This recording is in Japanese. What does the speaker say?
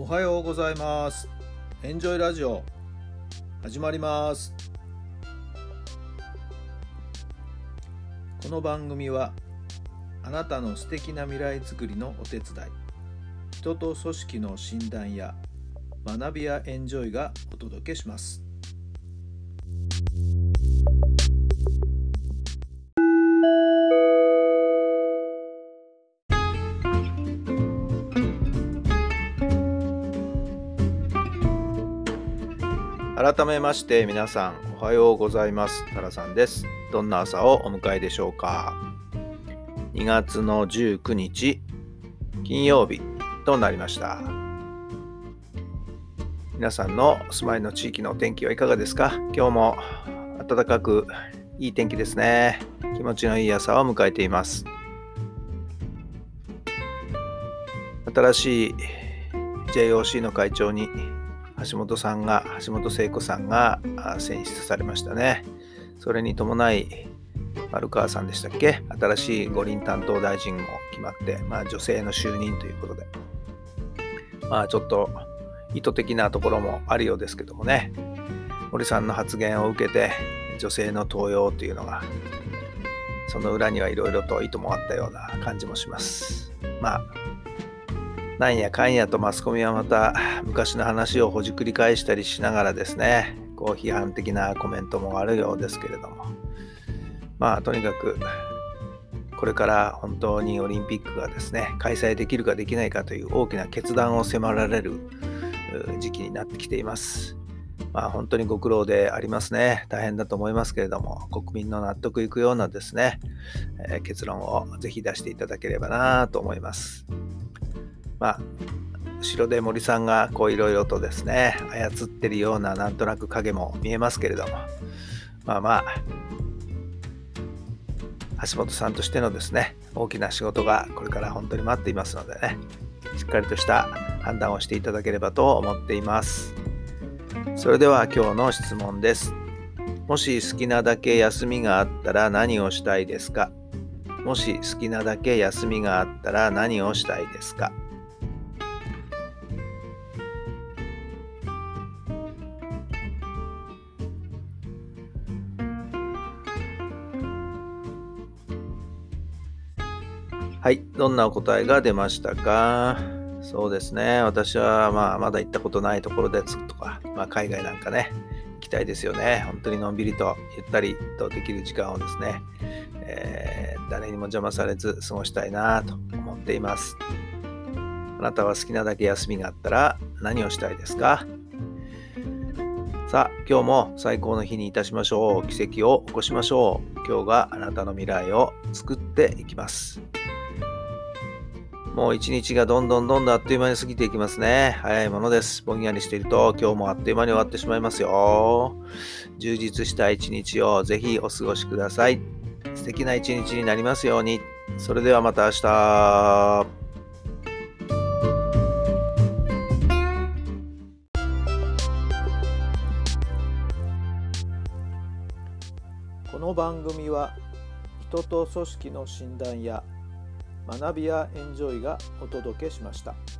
おはようございます。エンジョイラジオ始まります。この番組はあなたの素敵な未来づくりのお手伝い、人と組織の診断や学びやエンジョイがお届けします。改めまして皆さんおはようございます。タラさんです。どんな朝をお迎えでしょうか。2月の19日金曜日となりました。皆さんのお住まいの地域のお天気はいかがですか。今日も暖かくいい天気ですね。気持ちのいい朝を迎えています。新しい JOC の会長に橋本聖子さんが選出されましたね。それに伴い丸川さんでしたっけ、新しい五輪担当大臣も決まって、女性の就任ということで、ちょっと意図的なところもあるようですけどもね、森さんの発言を受けて女性の登用というのが、その裏にはいろいろと意図もあったような感じもします。なんやかんやとマスコミはまた昔の話をほじくり返したりしながらですね、批判的なコメントもあるようですけれども、とにかくこれから本当にオリンピックがですね、開催できるかできないかという大きな決断を迫られる時期になってきています。本当にご苦労でありますね。大変だと思いますけれども、国民の納得いくようなですね、結論をぜひ出していただければなと思います。後ろで森さんがいろいろとですね操ってるようななんとなく影も見えますけれども、橋本さんとしてのですね大きな仕事がこれから本当に待っていますのでね、しっかりとした判断をしていただければと思っています。それでは今日の質問です。もし好きなだけ休みがあったら何をしたいですか。もし好きなだけ休みがあったら何をしたいですか。はい、どんなお答えが出ましたか。そうですね、私はまだ行ったことないところですとか、海外なんかね行きたいですよね。本当にのんびりとゆったりとできる時間をですね、誰にも邪魔されず過ごしたいなと思っています。あなたは好きなだけ休みがあったら何をしたいですか。さあ、今日も最高の日にいたしましょう。奇跡を起こしましょう。今日があなたの未来を作っていきます。もう一日がどんどんあっという間に過ぎていきますね。早いものです。ぼんやりしていると今日もあっという間に終わってしまいますよ。充実した一日をぜひお過ごしください。素敵な一日になりますように。それではまた明日。この番組は人と組織の診断や学びやエンジョイがお届けしました。